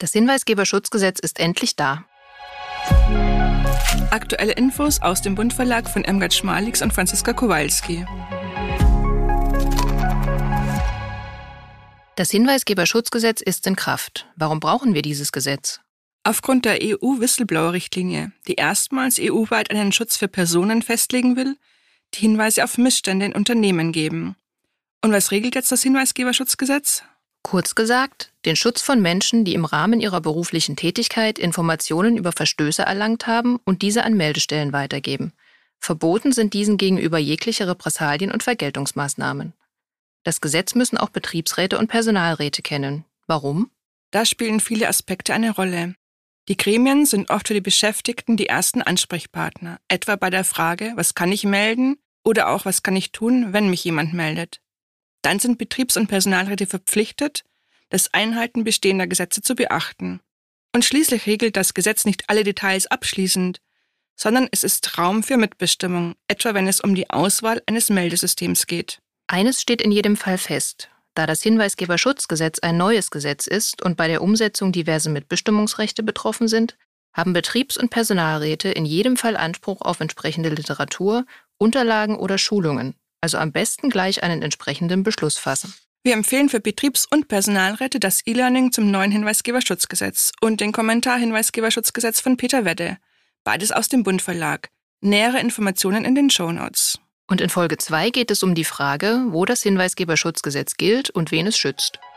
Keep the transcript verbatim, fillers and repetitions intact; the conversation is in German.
Das Hinweisgeberschutzgesetz ist endlich da. Aktuelle Infos aus dem Bund-Verlag von Irmgard Schmalix und Franziska Kowalski. Das Hinweisgeberschutzgesetz ist in Kraft. Warum brauchen wir dieses Gesetz? Aufgrund der E U-Whistleblower-Richtlinie, die erstmals E U-weit einen Schutz für Personen festlegen will, die Hinweise auf Missstände in Unternehmen geben. Und was regelt jetzt das Hinweisgeberschutzgesetz? Kurz gesagt, den Schutz von Menschen, die im Rahmen ihrer beruflichen Tätigkeit Informationen über Verstöße erlangt haben und diese an Meldestellen weitergeben. Verboten sind diesen gegenüber jegliche Repressalien und Vergeltungsmaßnahmen. Das Gesetz müssen auch Betriebsräte und Personalräte kennen. Warum? Da spielen viele Aspekte eine Rolle. Die Gremien sind oft für die Beschäftigten die ersten Ansprechpartner, etwa bei der Frage, was kann ich melden oder auch was kann ich tun, wenn mich jemand meldet. Dann sind Betriebs- und Personalräte verpflichtet, das Einhalten bestehender Gesetze zu beachten. Und schließlich regelt das Gesetz nicht alle Details abschließend, sondern es ist Raum für Mitbestimmung, etwa wenn es um die Auswahl eines Meldesystems geht. Eines steht in jedem Fall fest. Da das Hinweisgeberschutzgesetz ein neues Gesetz ist und bei der Umsetzung diverse Mitbestimmungsrechte betroffen sind, haben Betriebs- und Personalräte in jedem Fall Anspruch auf entsprechende Literatur, Unterlagen oder Schulungen. Also am besten gleich einen entsprechenden Beschluss fassen. Wir empfehlen für Betriebs- und Personalräte das E-Learning zum neuen Hinweisgeberschutzgesetz und den Kommentar Hinweisgeberschutzgesetz von Peter Wedde. Beides aus dem Bund-Verlag. Nähere Informationen in den Shownotes. Und in Folge zwei geht es um die Frage, wo das Hinweisgeberschutzgesetz gilt und wen es schützt.